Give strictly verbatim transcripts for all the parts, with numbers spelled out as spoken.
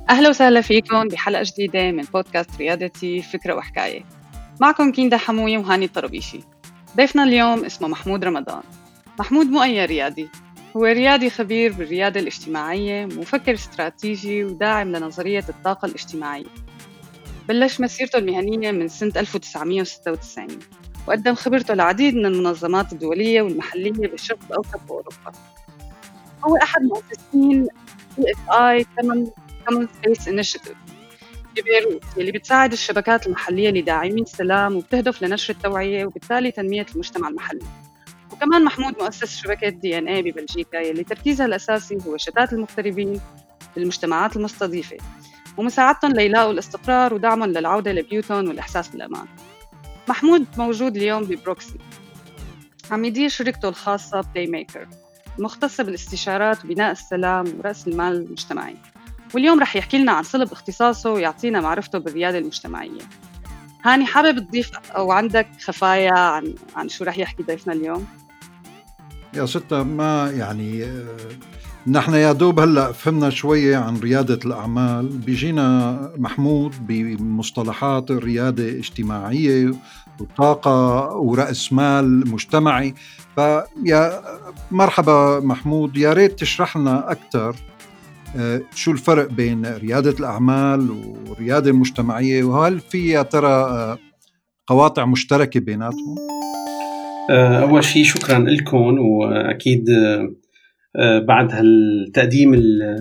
أهلا وسهلا فيكم بحلقة جديدة من بودكاست ريادتي فكرة وحكاية. معكم كيندا حموي وهاني الطربيشي. ضيفنا اليوم اسمه محمود رمضان. محمود مو أي ريادي، هو ريادي خبير بالريادة الاجتماعية، مفكر استراتيجي وداعم لنظرية الطاقة الاجتماعية. بلش مسيرته المهنية من سنة ألف وتسعمية وستة وتسعين، وقدم خبرته لعديد من المنظمات الدولية والمحلية بالشرق الأوسط وأوروبا. هو أحد مؤسسين بي إس آي Common Space Initiative ببيروت، اللي بتساعد الشبكات المحلية لداعمي السلام وبتهدف لنشر التوعية وبالتالي تنمية المجتمع المحلي. وكمان محمود مؤسس شبكة دي إن إيه ببلجيكا، اللي تركيزها الأساسي هو شتات المغتربين بالمجتمعات المستضيفة ومساعدتهم ليلاقوا الاستقرار ودعمهم للعودة لبيوتهم والإحساس بالأمان. محمود موجود اليوم ببروكسي، عم يدير شركته الخاصة بلاي ميكر المختصة بالاستشارات وبناء السلام ورأس المال المجتمعي. واليوم رح يحكي لنا عن صلب اختصاصه ويعطينا معرفته بالريادة المجتمعيه. هاني، حابب تضيف أو عندك خفايا عن عن شو رح يحكي ضيفنا اليوم؟ يا ستة، ما يعني نحن يا دوب هلأ فهمنا شوية عن ريادة الأعمال. بيجينا محمود بمصطلحات الريادة الاجتماعية وطاقة ورأس مال مجتمعي. فيا مرحبا محمود، يا ريت تشرح لنا أكثر شو الفرق بين ريادة الأعمال والريادة المجتمعية، وهل في يا ترى قواطع مشتركة بيناتهم؟ أول شيء شكرا لكم، وأكيد بعد هالتقديم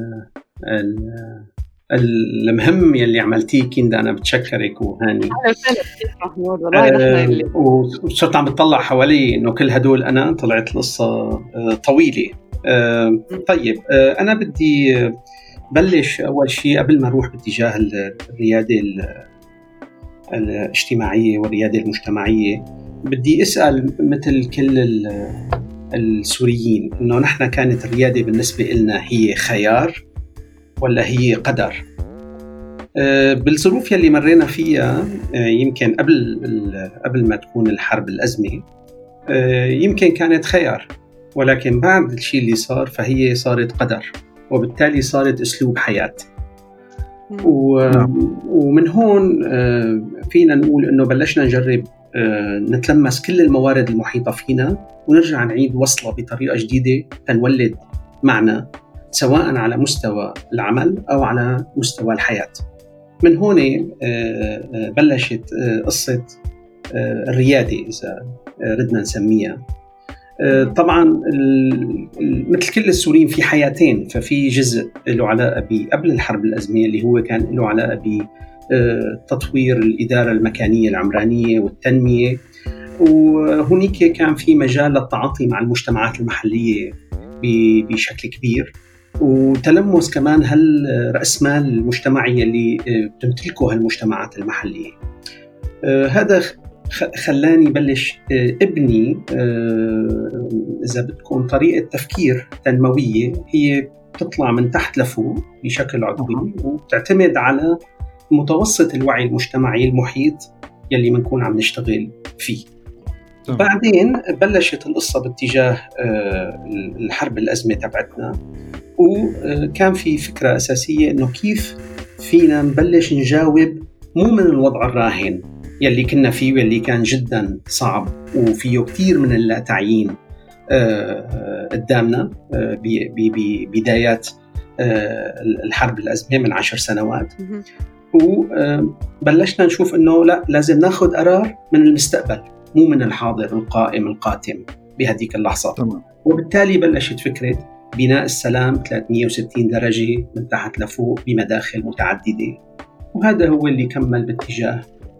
المهم يلي عملتيه كيندا أنا بتشكرك وهاني. والله وصرت عم بتطلع حوالي إنه كل هدول أنا طلعت القصة طويلة. طيب، أنا بدي بلش أول شيء قبل ما أروح باتجاه الريادة الاجتماعية والريادة المجتمعية. بدي أسأل مثل كل السوريين إنه نحن كانت الريادة بالنسبة لنا هي خيار ولا هي قدر؟ بالظروف يلي مرينا فيها، يمكن قبل قبل ما تكون الحرب الأزمة يمكن كانت خيار، ولكن بعد الشيء اللي صار فهي صارت قدر، وبالتالي صارت أسلوب حياة. ومن هون فينا نقول إنه بلشنا نجرب نتلمس كل الموارد المحيطة فينا ونرجع نعيد وصلة بطريقة جديدة تنولد معنى، سواء على مستوى العمل أو على مستوى الحياة. من هون بلشت قصة الريادة إذا ردنا نسميها. طبعا مثل كل السوريين في حياتين، ففي جزء له علاقة قبل الحرب الأزمة اللي هو كان له علاقة بتطوير الإدارة المكانية العمرانية والتنمية، وهناك كان في مجال للتعاطي مع المجتمعات المحلية بشكل كبير، وتلمس كمان هالرأس مال المجتمعي اللي بتمتلكه هالمجتمعات المحلية. هذا خلاني بلش ابني إذا بتكون طريقة تفكير تنموية هي بتطلع من تحت لفوق بشكل عضوي، وبتعتمد على متوسط الوعي المجتمعي المحيط يلي منكون عم نشتغل فيه. طبعا. بعدين بلشت القصة باتجاه الحرب الأزمة تبعتنا، وكان في فكرة أساسية إنه كيف فينا نبلش نجاوب مو من الوضع الراهن يلي كنا فيه واللي كان جدا صعب وفيه كتير من اللا تعيين قدامنا ببدايات الحرب الأزمة من عشر سنوات. وبلشنا نشوف إنه لا، لازم ناخد قرار من المستقبل مو من الحاضر القائم القاتم بهديك اللحظة. طبعا. وبالتالي بلشت فكرة بناء السلام ثلاثمية وستين درجة من تحت لفوق بمداخل متعددة، وهذا هو اللي كمل باتجاه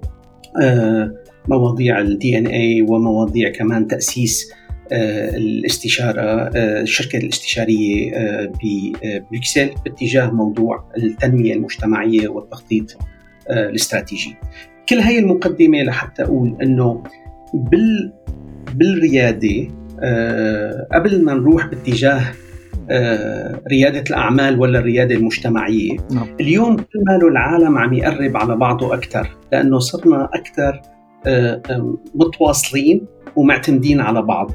مواضيع ال دي إن إيه ومواضيع كمان تأسيس الاستشارة، الشركة الاستشارية ببروكسل باتجاه موضوع التنمية المجتمعية والتخطيط الاستراتيجي. كل هاي المقدمة لحتى أقول أنه بال بالريادة قبل ما نروح باتجاه ريادة الأعمال ولا الريادة المجتمعية، اليوم كل ما العالم عم يقرب على بعضه أكتر، لأنه صرنا أكتر متواصلين ومعتمدين على بعض.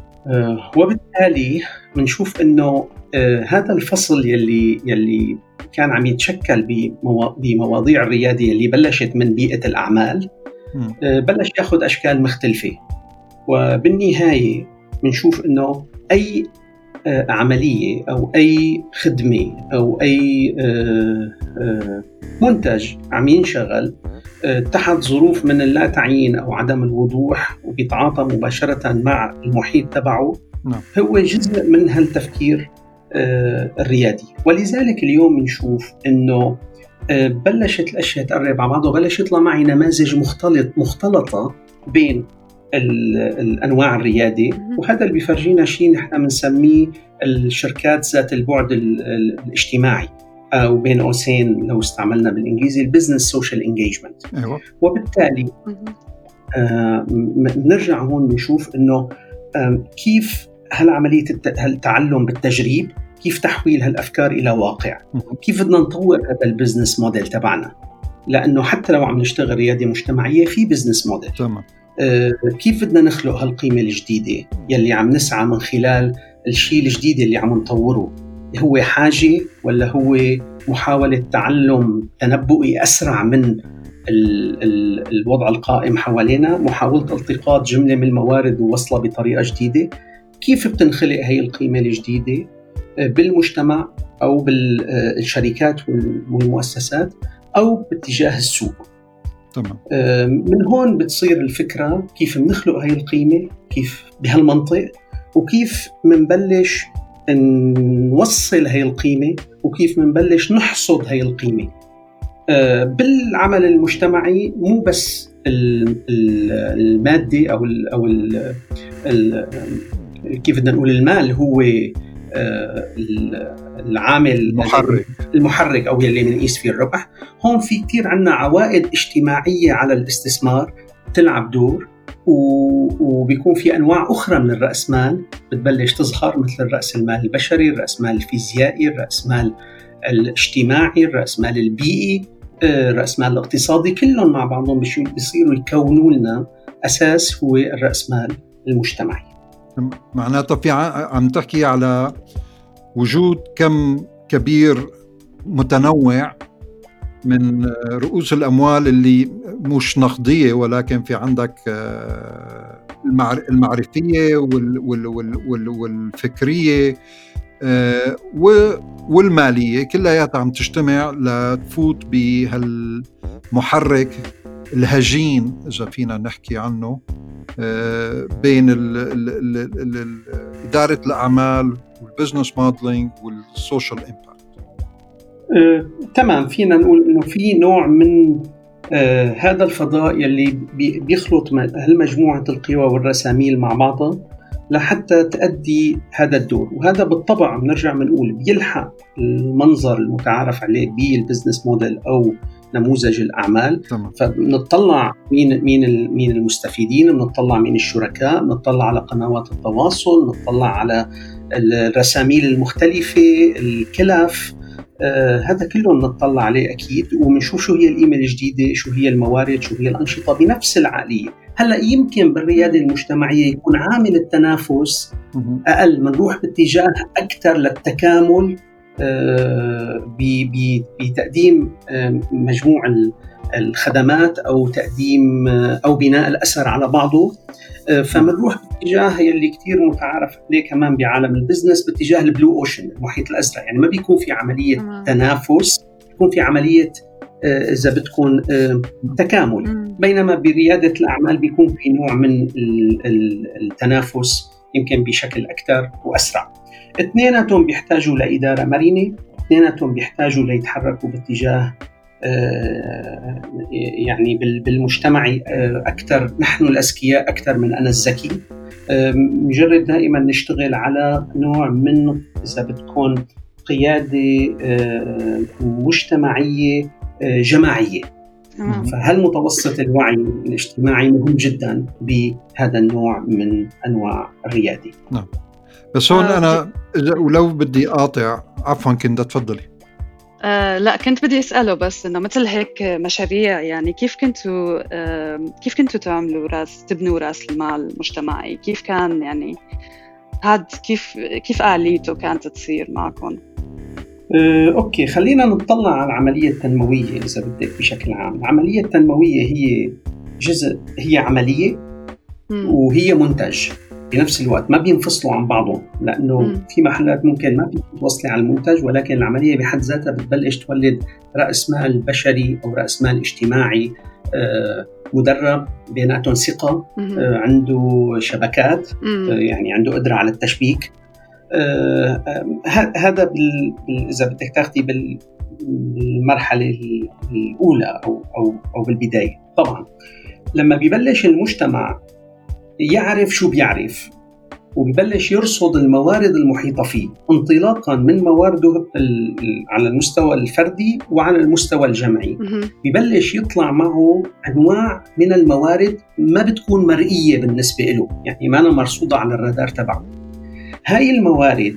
وبالتالي منشوف إنه هذا الفصل يلي يلي كان عم يتشكل بمواضيع الريادة اللي بلشت من بيئة الأعمال بلش يأخذ أشكال مختلفة. وبالنهاية بنشوف أنه أي عملية أو أي خدمة أو أي منتج عم ينشغل تحت ظروف من اللا تعيين أو عدم الوضوح وبيتعاطى مباشرة مع المحيط تبعه هو جزء من هالتفكير الريادي. ولذلك اليوم نشوف أنه بلشت الأشياء تقرب على بعضها وبلش يطلع معي نماذج مختلط مختلطة بين الأنواع الريادة، وهذا اللي بيفرجينا شيء نحن بنسميه الشركات ذات البعد الاجتماعي أو بين قوسين لو استعملنا بالإنجليزي البزنس سوشيال انجيجمنت. وبالتالي آه نرجع هون نشوف إنه آه كيف هالعملية التعلم بالتجريب، كيف تحويل هالأفكار إلى واقع، كيف بدنا نطور هذا البزنس موديل تبعنا، لأنه حتى لو عم نشتغل ريادة مجتمعية في بزنس موديل. تمام. آه كيف بدنا نخلق هالقيمة الجديدة يلي عم نسعى من خلال الشيء الجديد اللي عم نطوره، هو حاجة ولا هو محاولة تعلم تنبؤي أسرع من ال ال الوضع القائم حوالينا، محاولة التقاط جملة من الموارد ووصلها بطريقة جديدة. كيف بتنخلق هاي القيمة الجديدة بالمجتمع أو بالشركات والمؤسسات أو باتجاه السوق؟ تمام. من هون بتصير الفكرة كيف بنخلق هاي القيمة، كيف بهالمنطق، وكيف منبلش نوصل هاي القيمة، وكيف منبلش نحصد هاي القيمة بالعمل المجتمعي. مو بس المادي أو ال أو ال كيف بدنا نقول المال هو العامل المحرك المحرك أو يلي منقيس فيه الربح. هون في كتير عنا عوائد اجتماعية على الاستثمار تلعب دور، وبيكون في أنواع أخرى من الرأس مال بتبلش تظهر، مثل الرأس المال البشري، الرأس مال الفيزيائي، الرأس مال الاجتماعي، الرأس مال البيئي، الرأس مال الاقتصادي. كلهم مع بعضهم بيصيروا يكونوا لنا أساس هو الرأس مال المجتمعي. معناته في عم تحكي على وجود كم كبير متنوع من رؤوس الأموال اللي مش نقدية، ولكن في عندك المعرفية والفكرية والمالية، كلها عم تجتمع لتفوت بهالمحرك الهجين إذا فينا نحكي عنه بين ال ال ال ال إدارة الأعمال والبزنس موديلينج والسوشيال إمباكت. آه، تمام. فينا نقول إنه في نوع من آه، هذا الفضاء يلي بيخلط هالمجموعة القوى والرساميل مع بعضها لحتى تؤدي هذا الدور. وهذا بالطبع بنرجع بنقول بيلحق المنظر المتعارف عليه بالبزنس موديل أو نموذج الأعمال. فبنطلع مين مين مين المستفيدين، بنطلع مين الشركاء، بنطلع على قنوات التواصل، بنطلع على الرساميل المختلفة، الكلف، آه هذا كله بنطلع عليه أكيد، وبنشوف شو هي القيمة الجديدة، شو هي الموارد، شو هي الأنشطة بنفس العقلية. هلا يمكن بالريادة المجتمعية يكون عامل التنافس أقل، بنروح باتجاه أكثر للتكامل بتقديم مجموع الخدمات أو تقديم أو بناء الأثر على بعضه. فمنروح باتجاه يلي كتير متعارف عليه كمان بعالم البزنس، باتجاه البلو أوشن، المحيط الأزرق. يعني ما بيكون في عملية تنافس، بيكون في عملية إذا بتكون تكامل. بينما بريادة الأعمال بيكون في نوع من التنافس يمكن بشكل أكثر وأسرع. اثنيناتهم بيحتاجوا لإدارة مرنة، اثنيناتهم بيحتاجوا ليتحركوا باتجاه يعني بالمجتمع أكثر، نحن الأذكياء أكثر من أنا الذكي. نجرب دائما نشتغل على نوع من إذا بتكون قيادة مجتمعية جماعية. فهالمتوسط الوعي الاجتماعي مهم جدا بهذا النوع من أنواع الريادة. نعم. بس هون آه أنا ولو بدي قاطع، عفوا كنت تفضلي. آه لا كنت بدي أسأله بس إنه مثل هيك مشاريع، يعني كيف كنتوا آه كيف كنتوا تعملوا راس تبنوا راس المال المجتمعي؟ كيف كان يعني هاد كيف كيف آليته كانت تصير معكم؟ أه، أوكي، خلينا نطلع على العملية التنموية إذا بدك بشكل عام. العملية التنموية هي جزء، هي عملية م. وهي منتج بنفس الوقت، ما بينفصلوا عن بعضهم، لأنه م. في محلات ممكن ما بتوصلي على المنتج، ولكن العملية بحد ذاتها بتبلش تولد رأس مال بشري أو رأس مال اجتماعي أه مدرب، بيناتهم ثقة، أه عنده شبكات، أه يعني عنده قدرة على التشبيك. آه هذا إذا بدك تاخدي بالمرحلة الأولى أو, أو, أو بالبداية. طبعا لما بيبلش المجتمع يعرف شو بيعرف وبيبلش يرصد الموارد المحيطة فيه انطلاقا من موارده على المستوى الفردي وعلى المستوى الجمعي، بيبلش يطلع معه أنواع من الموارد ما بتكون مرئية بالنسبة له، يعني ما أنا مرصودة على الرادار تبعه. هاي الموارد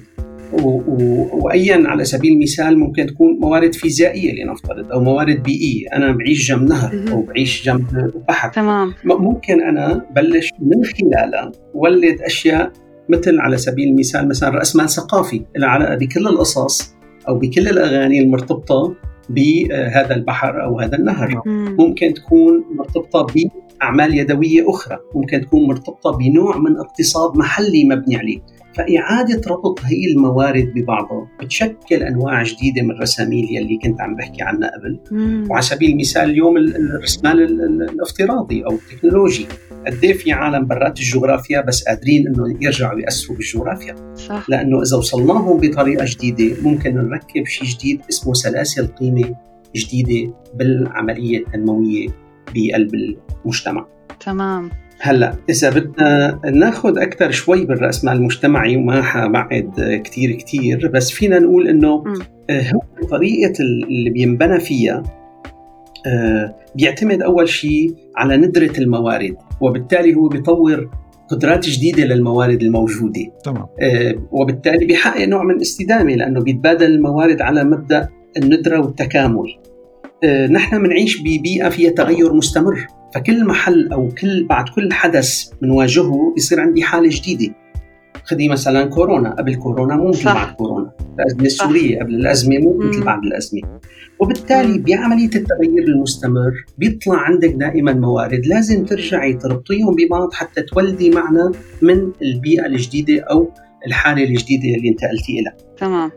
وأيا على سبيل المثال ممكن تكون موارد فيزيائية لنفترض، أو موارد بيئية، أنا بعيش جنب نهر أو بعيش جنب بحر، تمام. ممكن أنا بلش من خلالها ولد أشياء مثل على سبيل المثال مثلا رأس مال ثقافي له علاقة بكل القصص أو بكل الأغاني المرتبطة بهذا البحر أو هذا النهر. ممكن تكون مرتبطة بأعمال يدوية أخرى، ممكن تكون مرتبطة بنوع من اقتصاد محلي مبني عليه. فإعادة ربط هي الموارد ببعضها بتشكل أنواع جديدة من الرساميل يلي كنت عم بحكي عنها قبل. وعلى سبيل المثال اليوم الرسمال الافتراضي أو التكنولوجي، قديه في عالم برات الجغرافيا بس قادرين إنه يرجعوا يأثروا بالجغرافيا، صح. لأنه إذا وصلناهم بطريقة جديدة ممكن نركب شيء جديد اسمه سلاسل قيمة جديدة بالعملية التنموية بقلب المجتمع. تمام. هلأ إذا بدنا ناخد أكتر شوي بالرأس مال المجتمعي، وما حبعد كتير كتير، بس فينا نقول إنه هو طريقة اللي بينبنى فيها بيعتمد أول شيء على ندرة الموارد، وبالتالي هو بيطور قدرات جديدة للموارد الموجودة. تمام. وبالتالي بيحقق نوع من الاستدامة لأنه بيتبادل الموارد على مبدأ الندرة والتكامل. نحن منعيش ببيئة فيها تغير مستمر، فكل محل أو كل بعد كل حدث منواجهه يصير عندي حالة جديدة. خذي مثلا كورونا، قبل كورونا مو مثل بعد كورونا، الأزمة السورية قبل الأزمة مو مثل بعد الأزمة. وبالتالي بعملية التغيير المستمر بيطلع عندك دائما موارد لازم ترجعي تربطيهم ببعض حتى تولدي معنى من البيئة الجديدة أو الحالة الجديدة اللي انتقلتي إليها. تمام.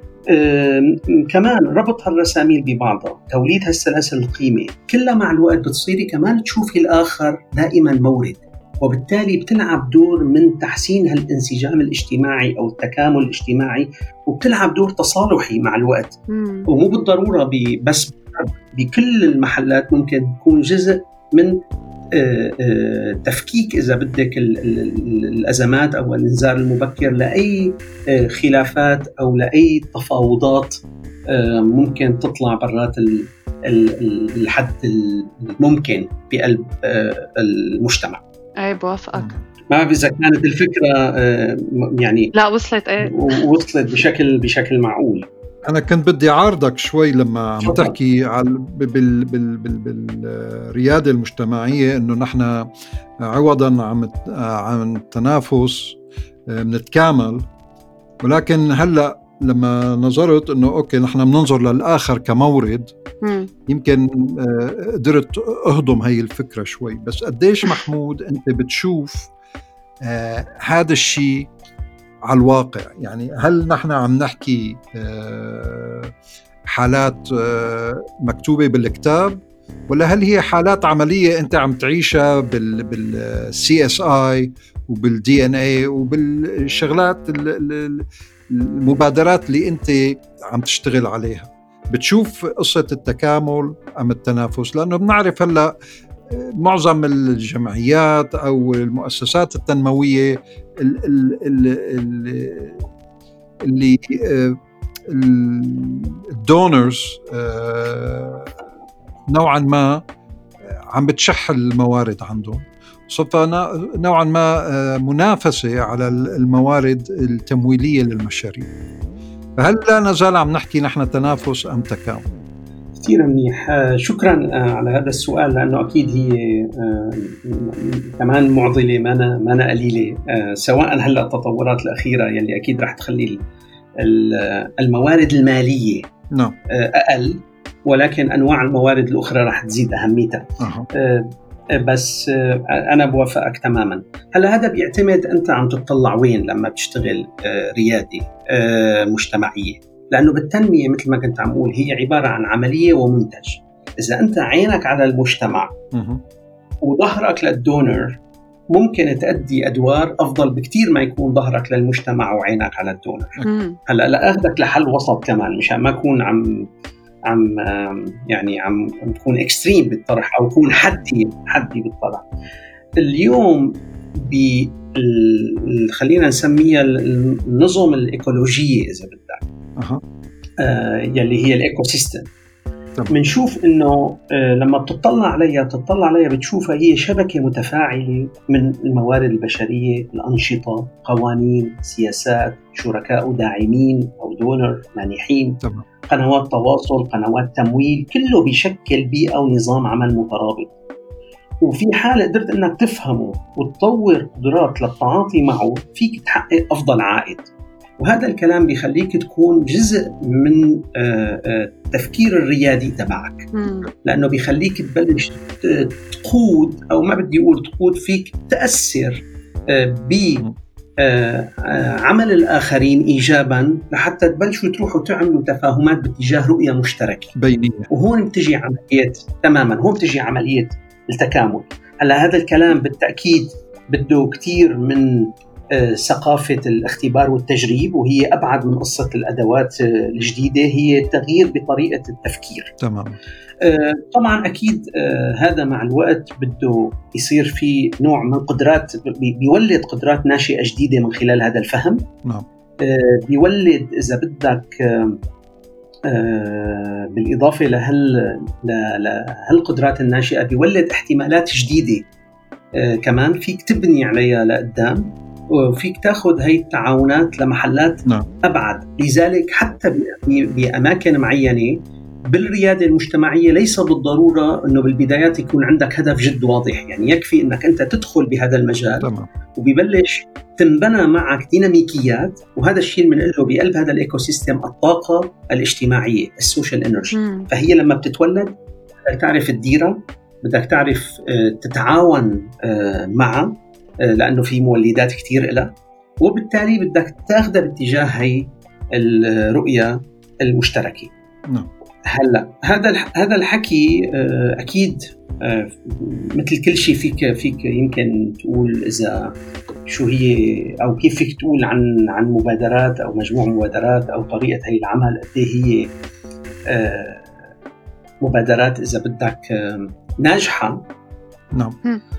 كمان ربط هالرساميل ببعضها، توليد هالسلاسل القيمة، كلها مع الوقت بتصيري كمان تشوفي الآخر دائما مورد، وبالتالي بتلعب دور من تحسين هالانسجام الاجتماعي أو التكامل الاجتماعي، وبتلعب دور تصالحي مع الوقت. مم. ومو بالضرورة بس بكل المحلات، ممكن تكون جزء من تفكيك إذا بدك الأزمات أو الإنذار المبكر لأي خلافات أو لأي تفاوضات ممكن تطلع برات الحد الممكن بقلب المجتمع. أي بوافقك. ما بعرف إذا كانت الفكرة يعني لا وصلت أي وصلت بشكل بشكل معقول. أنا كنت بدي عارضك شوي لما عم تحكي على بال بال بال بالريادة المجتمعية، إنه نحن عوضاً عن عن التنافس بنتكامل، ولكن هلأ لما نظرت إنه أوكي نحن بننظر للآخر كمورد، م. يمكن قدرت أهضم هاي الفكرة شوي. بس قديش محمود أنت بتشوف آه هذا الشيء على الواقع؟ يعني هل نحن عم نحكي حالات مكتوبة بالكتاب، ولا هل هي حالات عملية أنت عم تعيشها بالسي اس اي وبالدي ان اي وبالشغلات المبادرات اللي أنت عم تشتغل عليها؟ بتشوف قصة التكامل أم التنافس؟ لأنه بنعرف هلأ معظم الجمعيات أو المؤسسات التنموية اللي الدونرز نوعا ما عم بتشح الموارد عندهم، صفى نوعا ما منافسة على الموارد التمويلية للمشاريع. فهل لا نزال عم نحكي نحن تنافس أم تكامل؟ كثير منيح، شكرا على هذا السؤال، لأنه أكيد هي كمان معضلة ما أنا ما أنا قليلة، سواء هلا التطورات الأخيرة يلي أكيد رح تخلي الموارد المالية نعم. أقل، ولكن أنواع الموارد الأخرى رح تزيد أهميتها. أه. بس أنا بوافقك تماما. هلا هذا بيعتمد أنت عم تطلع وين لما بتشتغل ريادي مجتمعية، لأنه بالتنمية مثل ما كنت عم أقول هي عبارة عن عملية ومنتج. إذا أنت عينك على المجتمع وظهرك للدونر ممكن تأدي أدوار أفضل بكتير ما يكون ظهرك للمجتمع وعينك على الدونر. هلا لا أخذك لحل وسط كمان، مش ما أكون عم عم يعني عم تكون اكستريم بالطرح او يكون حدي حدي بالطرح. اليوم ب خلينا نسميها النظم الايكولوجيه اذا بدك، اها آه يلي هي الايكو سيستم. بنشوف انه آه لما بتطلع عليها بتطلع عليها بتشوفها هي شبكه متفاعله من الموارد البشريه، الانشطه، قوانين، سياسات، شركاء وداعمين او دونر مانحين، طبعا. قنوات تواصل، قنوات تمويل، كله بيشكل بيئة ونظام عمل مترابط. وفي حال قدرت انك تفهمه وتطور قدرات للتعاطي معه فيك تحقق افضل عائد. وهذا الكلام بيخليك تكون جزء من التفكير الريادي تبعك، لانه بيخليك تبلش تقود، او ما بدي اقول تقود، فيك تأثر ب عمل الآخرين إيجاباً لحتى تبلشوا تروحوا تعملوا تفاهمات باتجاه رؤية مشتركة بينية. وهون بتجي عملية تماماً هون بتجي عملية التكامل. هلا هذا الكلام بالتأكيد بده كتير من ثقافة الاختبار والتجريب، وهي أبعد من قصة الأدوات الجديدة، هي تغيير بطريقة التفكير. تمام. طبعا أكيد هذا مع الوقت بده يصير في نوع من قدرات، بيولد قدرات ناشئة جديدة من خلال هذا الفهم. نعم. بيولد إذا بدك بالإضافة لهال لهالقدرات الناشئة بيولد احتمالات جديدة كمان فيك تبني عليها لقدام، وفيك تاخذ هاي التعاونات لمحلات نعم. أبعد. لذلك حتى بأماكن معينة بالريادة المجتمعية ليس بالضرورة أنه بالبدايات يكون عندك هدف جد واضح، يعني يكفي أنك أنت تدخل بهذا المجال. تمام. وبيبلش تنبنى معك ديناميكيات، وهذا الشيء من له بقلب هذا الإيكو سيستم الطاقة الاجتماعية، السوشيال إنرجي. فهي لما بتتولد بدك تعرف تديرها، بدك تعرف تتعاون معها لأنه في مولدات كتير إلها، وبالتالي بدك تاخذها باتجاه هاي الرؤية المشتركة. نعم. هلا هذا هذا الحكي اكيد مثل كل شيء فيك فيك يمكن تقول اذا شو هي او كيف فيك تقول عن عن مبادرات او مجموعه مبادرات او طريقه هي العمل قد هي مبادرات اذا بدك ناجحه. نعم.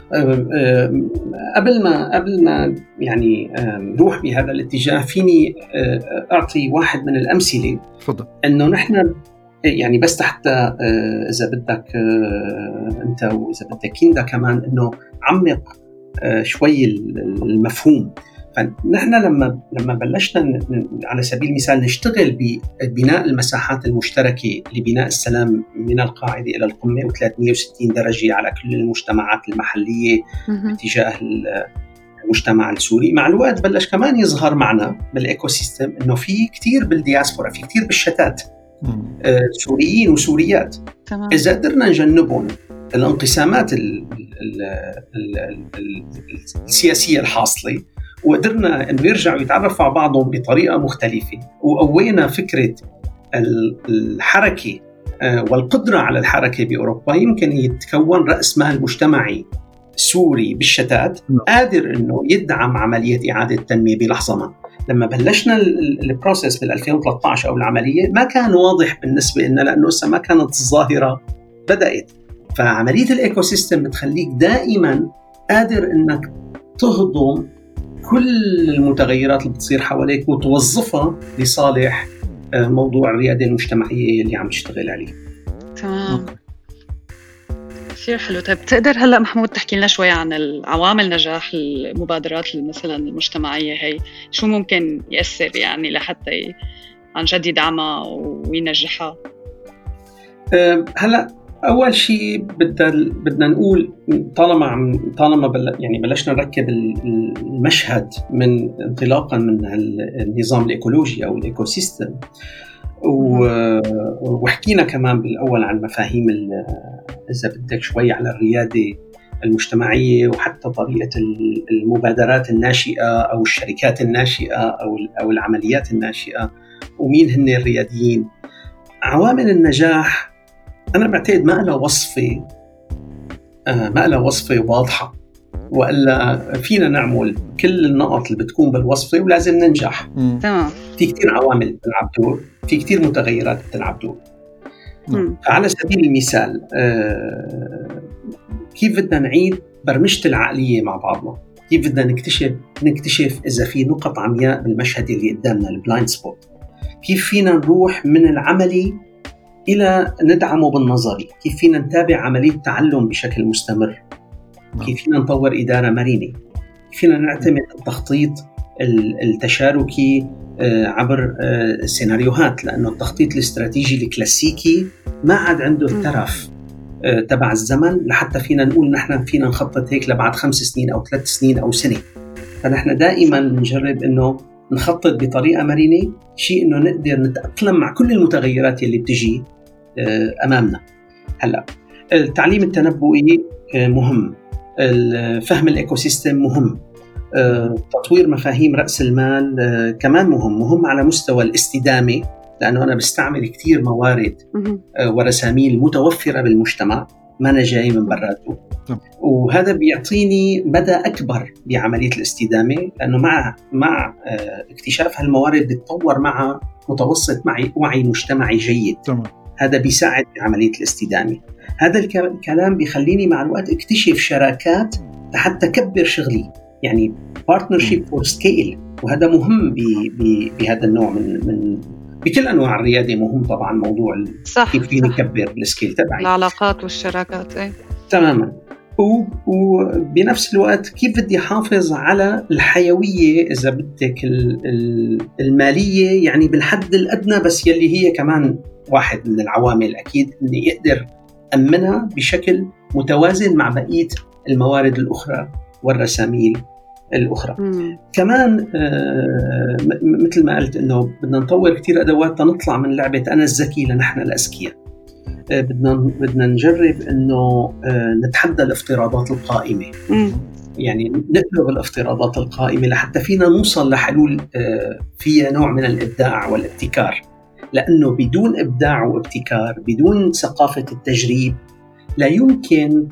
قبل ما قبل ما يعني نروح بهذا الاتجاه فيني اعطي واحد من الامثله. تفضل. انه نحن يعني بس حتى اذا بدك انت واذا بدك كيندا كمان انه عمق شوي المفهوم. فنحن لما لما بلشنا على سبيل المثال نشتغل ببناء المساحات المشتركه لبناء السلام من القاعده الى القمه وثلاثمئة وستين درجه على كل المجتمعات المحليه باتجاه المجتمع السوري، مع الوقت بلش كمان يظهر معنا بالايكو سيستم انه في كتير بالدياسبورا، في كتير بالشتات آه سوريين وسوريات. تمام. اذا قدرنا نجنبهم الانقسامات ال ال ال ال السياسيه الحاصله وقدرنا انه يرجعوا يتعرفوا على بعضهم بطريقه مختلفه، وقوينا فكره الحركه والقدره على الحركه باوروبا، يمكن يتكون راس مال مجتمعي سوري بالشتات قادر انه يدعم عمليه اعاده التنميه بلحظه ما. لما بلشنا البروسيس بال ألفين وثلاثة عشر او العمليه ما كان واضح بالنسبه لنا لانه لسه ما كانت الظاهره بدات. فعمليه الايكو سيستم بتخليك دائما قادر انك تهضم كل المتغيرات اللي بتصير حواليك وتوظفها لصالح موضوع الريادة المجتمعية اللي عم تشتغل عليه. تمام. كثير حلو. طيب بتقدر هلأ محمود تحكي لنا شوي عن العوامل نجاح المبادرات مثلا المجتمعية هي؟ شو ممكن يأثر يعني لحتى عن جد يدعمها وينجحها؟ أه هلأ أول شيء بدنا بدنا نقول طالما عم طالما بل يعني بلشنا نركب المشهد من انطلاقا من النظام الإيكولوجي أو الإيكو سيستم، وحكينا كمان بالأول عن مفاهيم إذا بدك شوي على الريادة المجتمعية وحتى طريقة المبادرات الناشئة أو الشركات الناشئة أو أو العمليات الناشئة ومين هن الرياديين. عوامل النجاح أنا بعتقد ما لها وصفة ما لها وصفة واضحة، وإلا فينا نعمل كل النقط اللي بتكون بالوصفة ولازم ننجح. تمام. في كتير عوامل بتلعب دور، في كتير متغيرات بتلعب دور. على سبيل المثال كيف بدنا نعيد برمجة العقلية مع بعضنا، كيف بدنا نكتشف نكتشف إذا في نقط عمياء بالمشهد اللي قدامنا البلايند سبوت، كيف فينا نروح من العملي إلى ندعمه بالنظري، كيف فينا نتابع عملية تعلم بشكل مستمر، كيف فينا نطور إدارة مرنة، كيف فينا نعتمد التخطيط التشاركي عبر سيناريوهات، لأنه التخطيط الاستراتيجي الكلاسيكي ما عاد عنده الترف تبع الزمن لحتى فينا نقول نحن فينا نخطط هيك لبعد خمس سنين أو ثلاث سنين أو سنة. فنحن دائما نجرب إنه نخطط بطريقة مرنة، شيء إنه نقدر نتأقلم مع كل المتغيرات اللي بتجي أمامنا. هلأ التعليم التنبؤي مهم، فهم الإيكوسيستم مهم، تطوير مفاهيم رأس المال كمان مهم، مهم على مستوى الاستدامة، لأنه أنا بستعمل كتير موارد ورساميل متوفرة بالمجتمع ما أنا جاي من براته، وهذا بيعطيني مدى أكبر بعملية الاستدامة، لأنه مع مع اكتشاف هالموارد بتطور مع متوسط معي وعي مجتمعي جيد. طبعا. هذا بيساعد بعملية الاستدامة. هذا الكلام بيخليني مع الوقت اكتشف شراكات لحتى كبر شغلي، يعني partnership for scale، وهذا مهم بهذا النوع من من بكل أنواع الريادة مهم طبعا موضوع كيف فيني نكبر السكيل تبعي، العلاقات والشراكات. ايه تماما. وبنفس الوقت كيف بدي حافظ على الحيوية إذا بدك المالية، يعني بالحد الأدنى، بس يلي هي كمان واحد من العوامل أكيد إني يقدر أمنها بشكل متوازن مع بقية الموارد الأخرى والرساميل الأخرى. مم. كمان آه مثل ما قلت إنه بدنا نطور كتير أدوات نطلع من لعبة أنا الذكي لنحن الأذكياء. آه بدنا بدنا نجرب إنه آه نتحدى الافتراضات القائمة. مم. يعني نقلب الافتراضات القائمة لحتى فينا نوصل لحلول آه فيها نوع من الإبداع والابتكار، لأنه بدون إبداع وابتكار، بدون ثقافة التجريب، لا يمكن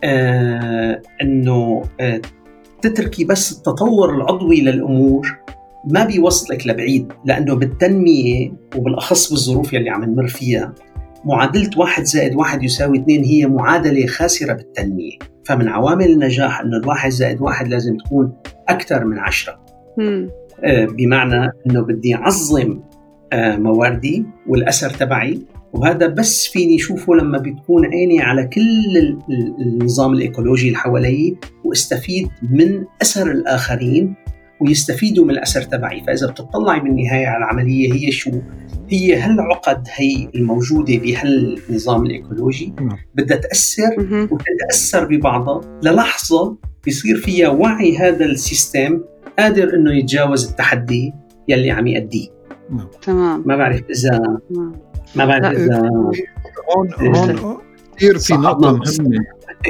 آه أنه آه تتركي بس التطور العضوي للأمور، ما بيوصلك لبعيد، لأنه بالتنمية وبالأخص بالظروف يلي عم نمر فيها معادلة واحد زائد واحد يساوي اثنين هي معادلة خاسرة بالتنمية. فمن عوامل النجاح أنه الواحد زائد واحد لازم تكون أكثر من عشرة. آه بمعنى أنه بدي أعظم آه مواردي والأثر تبعي، وهذا بس فيني شوفه لما بتكون عيني على كل النظام الإيكولوجي اللي حوالي، واستفيد من أثر الآخرين ويستفيدوا من الأثر تبعي. فإذا بتطلعي بالنهاية على العملية هي شو هي هالعقد هي الموجودة بهالنظام الإيكولوجي بدها تأثر وتتأثر ببعضها للحظة بيصير فيها وعي هذا السيستم قادر إنه يتجاوز التحدي يلي عم يأديه. تمام. ما بعرف إذا ما بعرف إذا هون هون كثير في نقطة مهمة.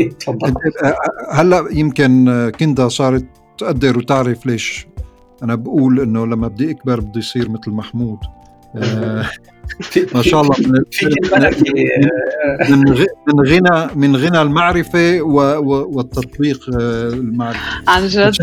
هلا يمكن كندا صارت تقدر وتعرف ليش أنا بقول إنه لما بدي أكبر بدي يصير مثل محمود. ما شاء الله من من غنى من غنى المعرفة والتطبيق المعرفة عن جد.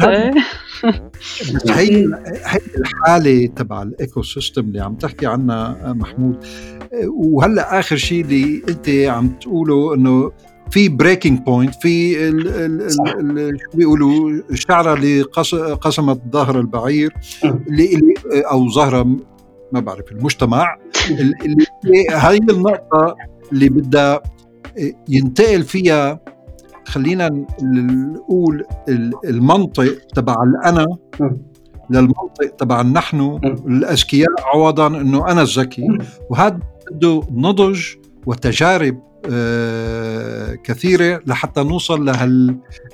هي هي الحالة تبع الإيكو سيستم اللي عم تحكي عنها محمود. وهلا آخر شيء اللي أنت عم تقوله إنه في بريكنج بوينت، في شو بيقولوا الشعرة اللي قسمت ظهر البعير اللي أو ظهر ما بعرف المجتمع، اللي هاي النقطة اللي بدها ينتقل فيها، خلينا نقول المنطق تبع الأنا للمنطق تبع نحن الأذكياء، عوضاً إنه أنا الذكي. وهذا بده نضج وتجارب آه كثيرة لحتى نوصل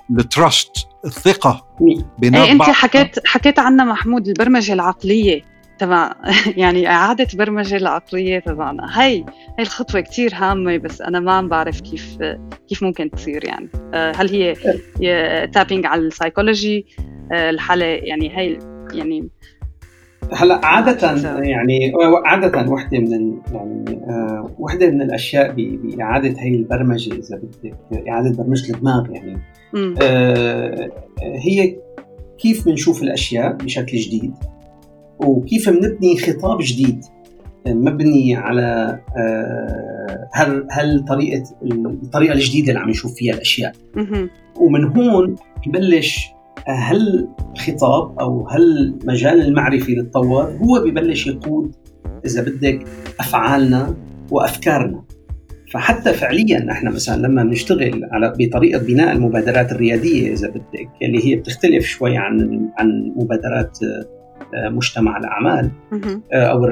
لهالتراست، الثقة بين بعض. أنت حكيت حكيت عنها محمود، البرمجة العقلية. تمام. يعني إعادة برمجة العقلية تبعنا، هاي هاي الخطوة كتير هامة، بس أنا ما عم بعرف كيف كيف ممكن تصير. يعني هل هي تابينج على السايكولوجي الحالة؟ يعني هاي يعني هلا عادة يعني عادة وحدة من يعني آه وحدة من الأشياء بإعادة هاي البرمجة، إذا بدك إعادة برمجة الدماغ يعني آه هي كيف بنشوف الأشياء بشكل جديد، وكيف بنبني خطاب جديد مبني على آه هل هل طريقة الطريقة الجديدة اللي عم نشوف فيها الأشياء. ومن هون يبلش هل خطاب أو هل مجال المعرفي للتطور هو ببلش يقود إذا بدك أفعالنا وأفكارنا. فحتى فعليا نحن مثلا لما بنشتغل على بطريقة بناء المبادرات الريادية إذا بدك، اللي هي بتختلف شوي عن عن مبادرات مجتمع الأعمال أو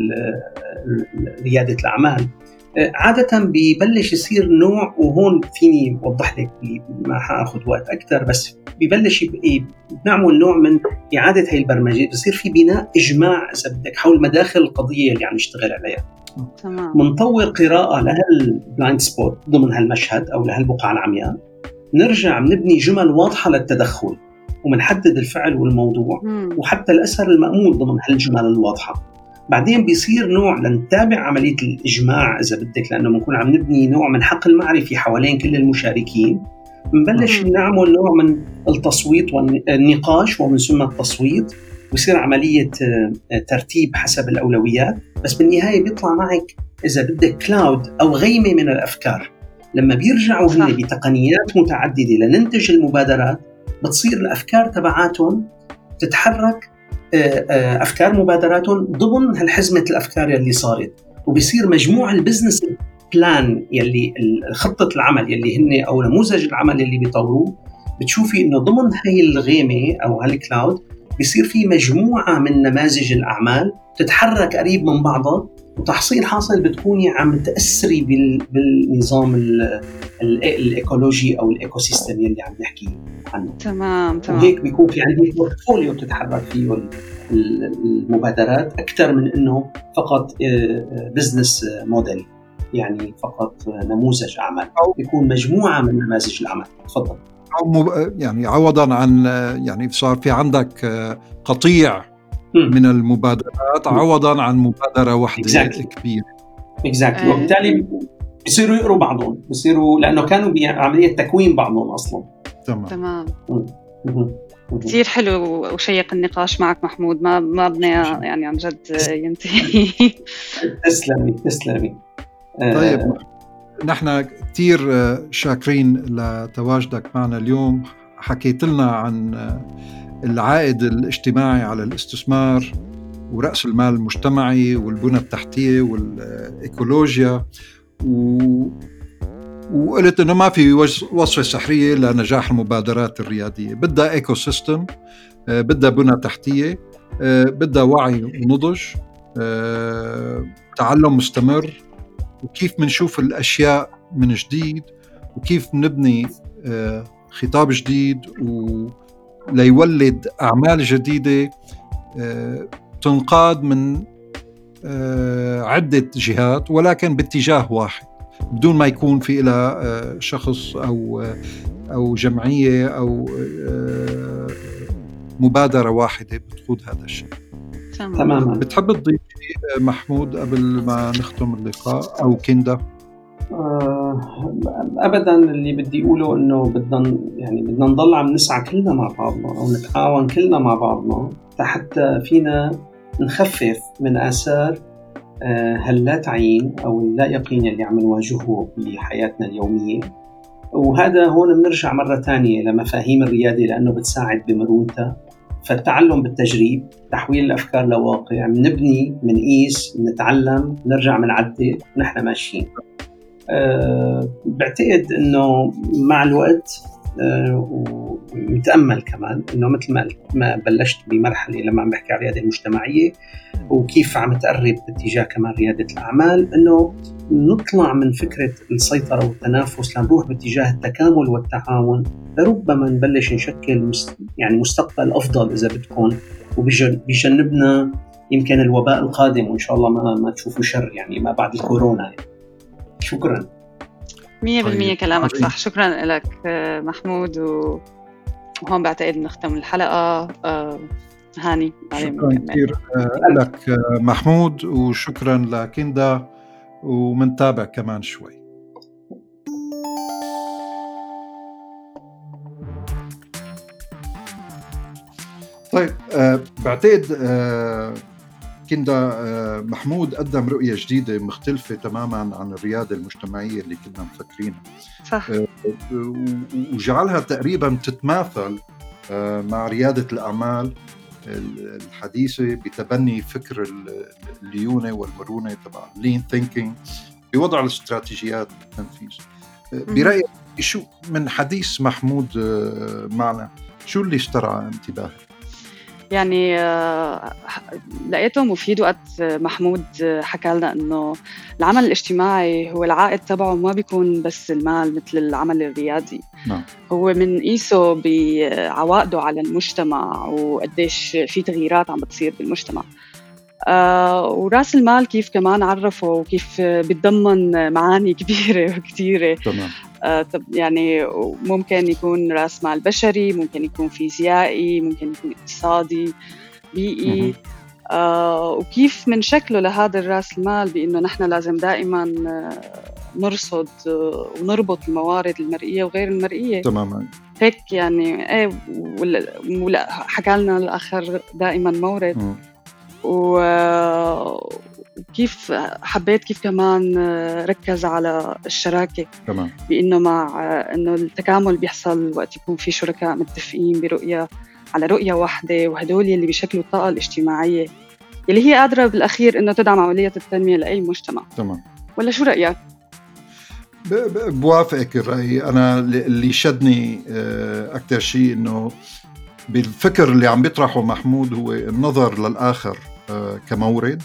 ريادة الأعمال، عادة بيبلش يصير نوع، وهون فيني أوضح لك ما حأخذ وقت أكثر، بس بيبلش بنعمل نوع من إعادة هاي البرمجة، بصير في بناء إجماع إذا بدك حول مداخل القضية اللي عم نشتغل عليها. منطور قراءة لهالبلايند سبوت ضمن هالمشهد أو لهالبقعة العمياء، نرجع نبني جمل واضحة للتدخل ومنحدد الفعل والموضوع وحتى الأثر المأمول ضمن هالجمل الواضحة. بعدين بيصير نوع لنتابع عملية الإجماع إذا بدك، لأنه بنكون عم نبني نوع من حقل معرفي حوالين كل المشاركين. بنبلش نعمل نوع من التصويت والنقاش ومن ثم التصويت، ويصير عملية ترتيب حسب الأولويات. بس بالنهاية بيطلع معك إذا بدك كلاود أو غيمة من الأفكار. لما بيرجعوا هن بتقنيات متعددة لننتج المبادرات، بتصير الأفكار تبعاتهم تتحرك أفكار مبادراتهم ضمن هالحزمة الأفكار اللي صارت، وبيصير مجموع البزنس بلان يلي خطة العمل يلي هن أو نموذج العمل اللي بيطوروه. بتشوفي إنه ضمن هاي الغيمة أو هالكلاود بيصير في مجموعة من نماذج الأعمال تتحرك قريب من بعضها، وتحصيل حاصل بتكوني عم تأثري بالنظام الإيكولوجي أو الإيكوسيستم يلي عم نحكي عنه. تمام تمام. وهيك بيكون في عندي بورتفوليو تتحرك فيه المبادرات أكثر من إنه فقط بزنس موديل، يعني فقط نموذج أعمال، بيكون مجموعة من نماذج العمل. تفضل. يعني عوضاً عن يعني صار في عندك قطيع من المبادرات عوضاً عن مبادرة واحدة exactly. كبيرة. Exactly. وبالتالي بيصيروا يقروا بعضهم، بيصيروا لأنه كانوا بعملية تكوين بعضهم أصلاً. تمام. تمام. كتير حلو وشيق النقاش معك محمود، ما ما بدنا يعني عن جد ينتهي. تسلمي تسلمي. طيب نحن كتير شاكرين لتواجدك معنا اليوم. حكيت لنا عن العائد الاجتماعي على الاستثمار ورأس المال المجتمعي والبنى التحتية والإيكولوجيا، و... وقلت إنه ما في وصفة سحرية لنجاح المبادرات الريادية. بدها إيكو سيستم، بدها بنى تحتية، بدها وعي ونضج، تعلم مستمر، وكيف منشوف الأشياء من جديد، وكيف نبني خطاب جديد وليولد أعمال جديدة تنقاد من عدة جهات ولكن باتجاه واحد، بدون ما يكون في إلى شخص أو أو جمعية أو مبادرة واحدة بتقود هذا الشيء. تماما. بتحب تضيف محمود قبل ما نختم اللقاء أو كندا؟ أبدا. اللي بدي أقوله إنه بدنا يعني بدنا نضل عم نسعى كلنا مع بعضنا أو نتعاون كلنا مع بعضنا حتى فينا نخفف من آثار هاللا تعيين أو اللا يقين اللي عم نواجهه بحياتنا اليومية. وهذا هون بنرجع مرة تانية لمفاهيم الريادة، لأنه بتساعد بمرونتها. فالتعلم بالتجريب، تحويل الأفكار لواقع، نبني، منقيس، نتعلم، نرجع منعدل ونحن ماشيين. أه بعتقد أنه مع الوقت أه ونتأمل كمان أنه مثل ما, ما بلشت بمرحلة لما عم بحكي عن الريادة المجتمعية وكيف عم تقرب باتجاه كمان ريادة الأعمال، أنه نطلع من فكرة السيطرة والتنافس لنروح باتجاه التكامل والتعاون، لربما نبلش نشكل يعني مستقبل أفضل إذا بدكم، وبيجنبنا يمكن الوباء القادم وإن شاء الله ما ما تشوفوا شر يعني ما بعد الكورونا يعني. شكرا. مية بالمية كلامك صح. شكرا لك محمود، وهون بعتقد نختم الحلقة. هاني شكرا كثير لك محمود، وشكرا لكندا، ومنتابع كمان شوي. طيب أه بعتقد أه كندا أه محمود قدم رؤية جديدة مختلفة تماما عن الريادة المجتمعية اللي كنا مفكرينها. صح. أه وجعلها تقريبا تتماثل أه مع ريادة الأعمال الحديثة بتبني فكر الليونة والمرونة تبع lean thinking بوضع الاستراتيجيات والتنفيذ. برأيك شو من حديث محمود معنا شو اللي استرعى انتباهك؟ يعني لقيته مفيد وقت محمود حكى لنا إنه العمل الاجتماعي هو العائد تبعه ما بيكون بس المال مثل العمل الريادي. نعم. هو من قيسه بعوائده على المجتمع وقديش في تغييرات عم بتصير بالمجتمع. آه وراس المال كيف كمان عرفه وكيف بيتضمن معاني كبيرة وكتيرة. تمام. آه يعني ممكن يكون راس مال بشري، ممكن يكون فيزيائي، ممكن يكون اقتصادي، بيئي. آه وكيف من شكله لهذا الراس المال بأنه نحن لازم دائما نرصد ونربط الموارد المرئية وغير المرئية. تماما. هيك يعني ايه ولا حكى لنا الآخر دائما مورد. م. وكيف حبيت كيف كمان ركز على الشراكة. تمام. بأنه مع أنه التكامل بيحصل وقت يكون في شركاء متفقين برؤية على رؤية واحدة، وهدول اللي بيشكلوا الطاقة الاجتماعية اللي هي قادرة بالأخير أنه تدعم عملية التنمية لأي مجتمع. تمام. ولا شو رأيك؟ بوافقك الرأي. أنا اللي شدني أكتر شيء أنه بالفكر اللي عم بيطرحه محمود هو النظر للآخر كمورد.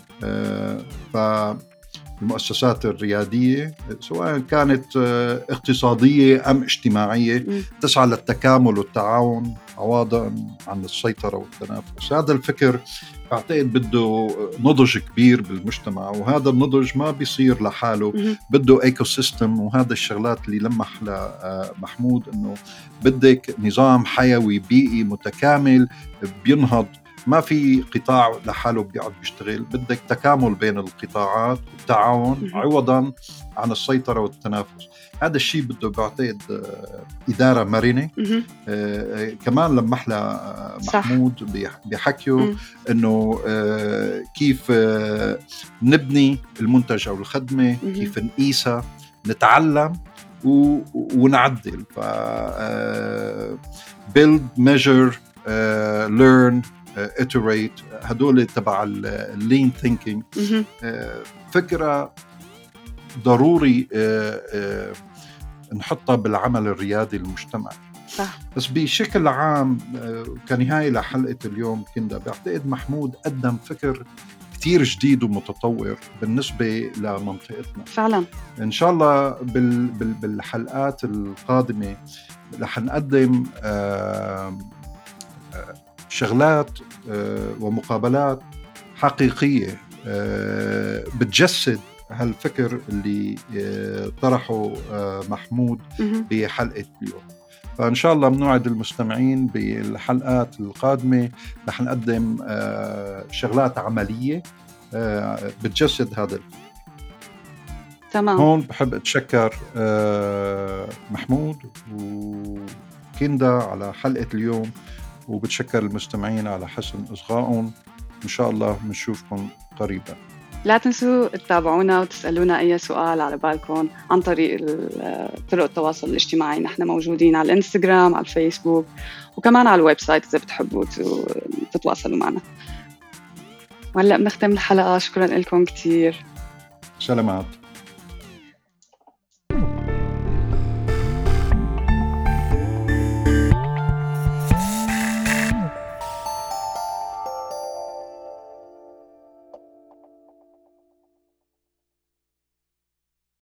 فالمؤسسات الريادية سواء كانت اقتصادية أم اجتماعية تسعى للتكامل والتعاون عوضا عن السيطرة والتنافس. هذا الفكر أعتقد بده نضج كبير بالمجتمع، وهذا النضج ما بيصير لحاله، بده ايكو سيستم. وهذا الشغلات اللي لمح لمحمود انه بدك نظام حيوي بيئي متكامل بينهض. ما في قطاع لحاله بيقعد بيشتغل، بدك تكامل بين القطاعات والتعاون عوضا عن السيطرة والتنافس. هذا الشيء بده بعتقد إدارة مرنة. آه كمان لمح لها محمود بيحكيوا إنه آه كيف آه نبني المنتج أو الخدمة، كيف نقيسها، نتعلم ونعدل. ف آه build, measure, uh, learn, uh, iterate. هدول تبع اللين ثينكينج. فكرة ضروري uh, uh, نحطها بالعمل الريادي المجتمعي. صح. بس بشكل عام uh, كنهاية لحلقة اليوم كندا بعتقد محمود قدم فكر كتير جديد ومتطور بالنسبة لمنطقتنا. فعلا. إن شاء الله بال, بال, بالحلقات القادمة رح نقدم uh, شغلات ومقابلات حقيقية بتجسد هالفكر اللي طرحه محمود بحلقة اليوم. فإن شاء الله بنوعد المستمعين بالحلقات القادمة رح نقدم شغلات عملية بتجسد هذا الفكر. تمام. هون بحب أتشكر محمود وكندا على حلقة اليوم، وبتشكر المستمعين على حسن إصغائهم. إن شاء الله بنشوفكم قريبا. لا تنسوا تتابعونا وتسألونا أي سؤال على بالكم عن طريق طرق التواصل الاجتماعي. نحن موجودين على الانستغرام، على الفيسبوك، وكمان على الويب سايت إذا بتحبوا تتواصلوا معنا. وهلأ بنختم الحلقة. شكرا لكم كتير. سلامات.